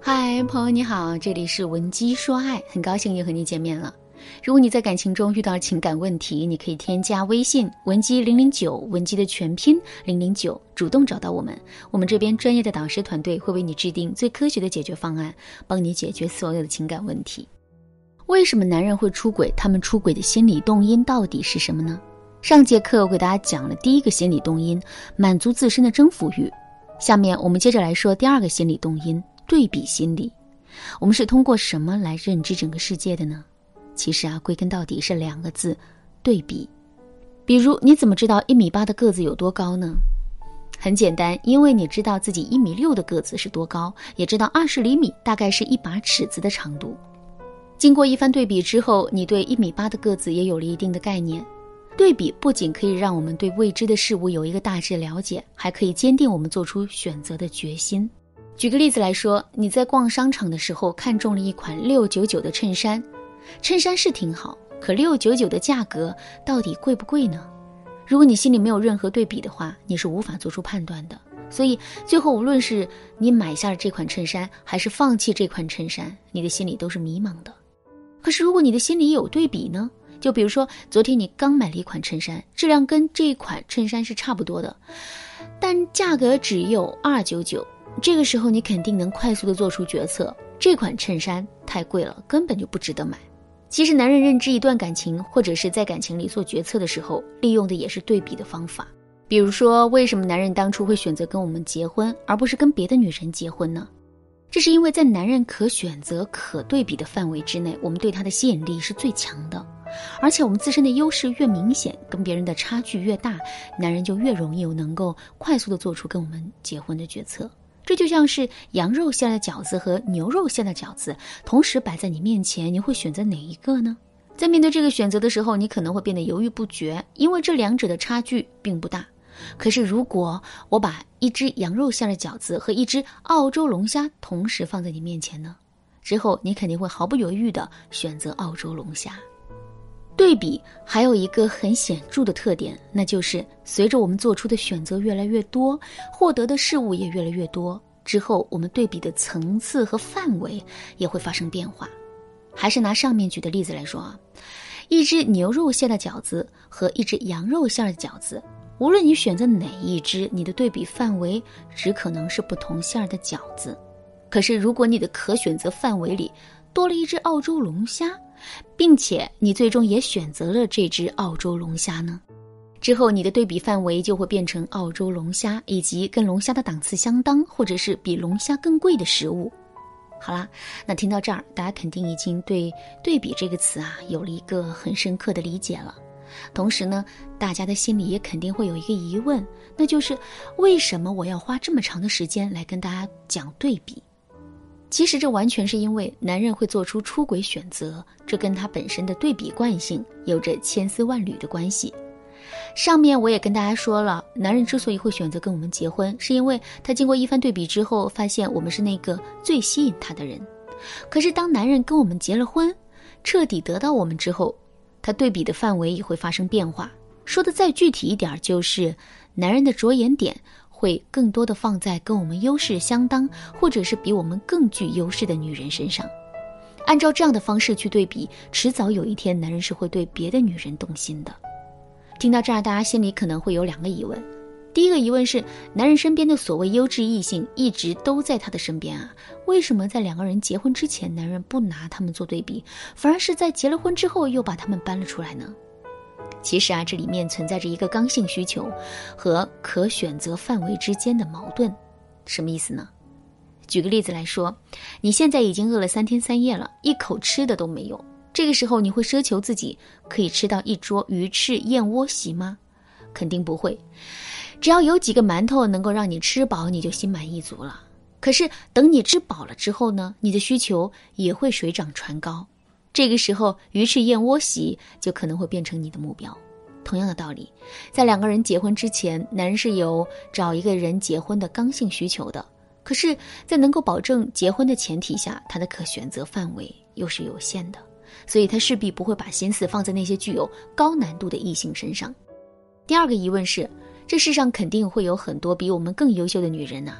嗨，朋友你好，这里是文姬说爱，很高兴又和你见面了。如果你在感情中遇到情感问题，你可以添加微信文姬009，文姬的全拼009，主动找到我们。我们这边专业的导师团队会为你制定最科学的解决方案，帮你解决所有的情感问题。为什么男人会出轨？他们出轨的心理动因到底是什么呢？上节课我给大家讲了第一个心理动因，满足自身的征服欲。下面我们接着来说第二个心理动因，对比心理。我们是通过什么来认知整个世界的呢？其实归根到底是2个字，对比。比如你怎么知道1.8米的个子有多高呢？很简单，因为你知道自己1.6米的个子是多高，也知道20厘米大概是1把尺子的长度。经过一番对比之后，你对1.8米的个子也有了一定的概念。对比不仅可以让我们对未知的事物有一个大致了解，还可以坚定我们做出选择的决心。举个例子来说，你在逛商场的时候看中了一款699的衬衫，衬衫是挺好，可699的价格到底贵不贵呢？如果你心里没有任何对比的话，你是无法做出判断的。所以最后无论是你买下了这款衬衫，还是放弃这款衬衫，你的心里都是迷茫的。可是如果你的心里有对比呢？就比如说昨天你刚买了一款衬衫，质量跟这款衬衫是差不多的，但价格只有299，这个时候你肯定能快速的做出决策，这款衬衫太贵了，根本就不值得买。其实男人认知一段感情，或者是在感情里做决策的时候，利用的也是对比的方法。比如说，为什么男人当初会选择跟我们结婚，而不是跟别的女人结婚呢？这是因为在男人可选择、可对比的范围之内，我们对他的吸引力是最强的。而且我们自身的优势越明显，跟别人的差距越大，男人就越容易能够快速的做出跟我们结婚的决策。这就像是羊肉馅的饺子和牛肉馅的饺子同时摆在你面前，你会选择哪一个呢？在面对这个选择的时候，你可能会变得犹豫不决，因为这两者的差距并不大。可是如果我把一只羊肉馅的饺子和一只澳洲龙虾同时放在你面前呢？之后你肯定会毫不犹豫地选择澳洲龙虾。对比还有一个很显著的特点，那就是随着我们做出的选择越来越多，获得的事物也越来越多，之后我们对比的层次和范围也会发生变化。还是拿上面举的例子来说一只牛肉馅的饺子和一只羊肉馅的饺子，无论你选择哪一只，你的对比范围只可能是不同馅的饺子。可是如果你的可选择范围里多了一只澳洲龙虾，并且你最终也选择了这只澳洲龙虾呢，之后你的对比范围就会变成澳洲龙虾以及跟龙虾的档次相当，或者是比龙虾更贵的食物。好啦，那听到这儿，大家肯定已经对对比这个词有了一个很深刻的理解了。同时呢，大家的心里也肯定会有一个疑问，那就是为什么我要花这么长的时间来跟大家讲对比？其实这完全是因为男人会做出出轨选择，这跟他本身的对比惯性有着千丝万缕的关系。上面我也跟大家说了，男人之所以会选择跟我们结婚，是因为他经过一番对比之后，发现我们是那个最吸引他的人。可是当男人跟我们结了婚，彻底得到我们之后，他对比的范围也会发生变化。说的再具体一点，就是男人的着眼点会更多的放在跟我们优势相当，或者是比我们更具优势的女人身上。按照这样的方式去对比，迟早有一天男人是会对别的女人动心的。听到这儿，大家心里可能会有2个疑问。第一个疑问是，男人身边的所谓优质异性一直都在他的身边为什么在2个人结婚之前，男人不拿他们做对比，反而是在结了婚之后又把他们搬了出来呢？其实这里面存在着一个刚性需求和可选择范围之间的矛盾。什么意思呢？举个例子来说，你现在已经饿了3天3夜了，一口吃的都没有，这个时候你会奢求自己可以吃到一桌鱼翅燕窝席吗？肯定不会。只要有几个馒头能够让你吃饱，你就心满意足了。可是等你吃饱了之后呢，你的需求也会水涨船高，这个时候鱼翅燕窝席就可能会变成你的目标。同样的道理，在2个人结婚之前，男人是有找一个人结婚的刚性需求的，可是在能够保证结婚的前提下，他的可选择范围又是有限的，所以他势必不会把心思放在那些具有高难度的异性身上。第2个疑问是，这世上肯定会有很多比我们更优秀的女人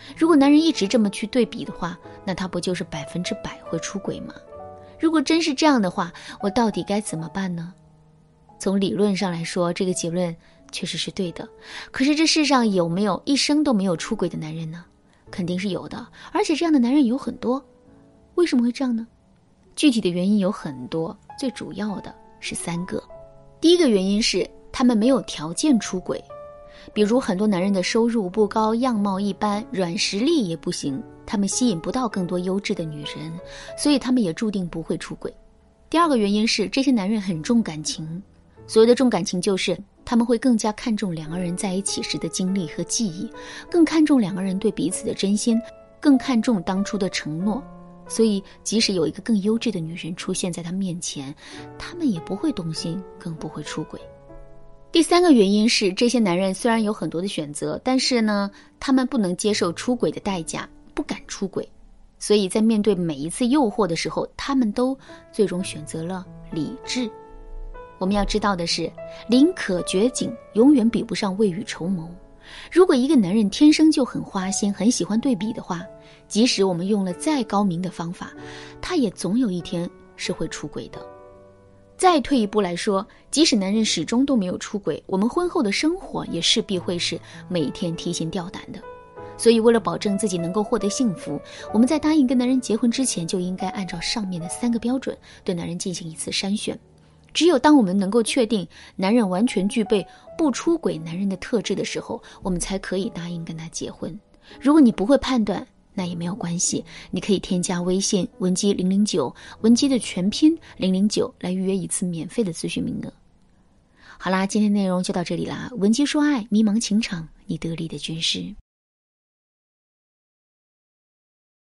如果男人一直这么去对比的话，那他不就是100%会出轨吗？如果真是这样的话，我到底该怎么办呢？从理论上来说，这个结论确实是对的。可是这世上有没有一生都没有出轨的男人呢？肯定是有的，而且这样的男人有很多。为什么会这样呢？具体的原因有很多，最主要的是3个。第一个原因是他们没有条件出轨，比如很多男人的收入不高，样貌一般，软实力也不行，他们吸引不到更多优质的女人，所以他们也注定不会出轨。第二个原因是这些男人很重感情，所谓的重感情就是他们会更加看重2个人在一起时的经历和记忆，更看重2个人对彼此的真心，更看重当初的承诺，所以即使有一个更优质的女人出现在他面前，他们也不会动心，更不会出轨。第3个原因是这些男人虽然有很多的选择，但是呢，他们不能接受出轨的代价，不敢出轨，所以在面对每一次诱惑的时候，他们都最终选择了理智。我们要知道的是，宁可绝井永远比不上未雨绸缪。如果一个男人天生就很花心，很喜欢对比的话，即使我们用了再高明的方法，他也总有一天是会出轨的。再退一步来说，即使男人始终都没有出轨，我们婚后的生活也势必会是每天提心吊胆的。所以为了保证自己能够获得幸福，我们在答应跟男人结婚之前，就应该按照上面的3个标准对男人进行一次筛选。只有当我们能够确定男人完全具备不出轨男人的特质的时候，我们才可以答应跟他结婚。如果你不会判断，那也没有关系，你可以添加微信文姬009，文姬的全拼009，来预约一次免费的咨询名额。好啦，今天内容就到这里啦，文姬说爱，迷茫情场，你得力的军师。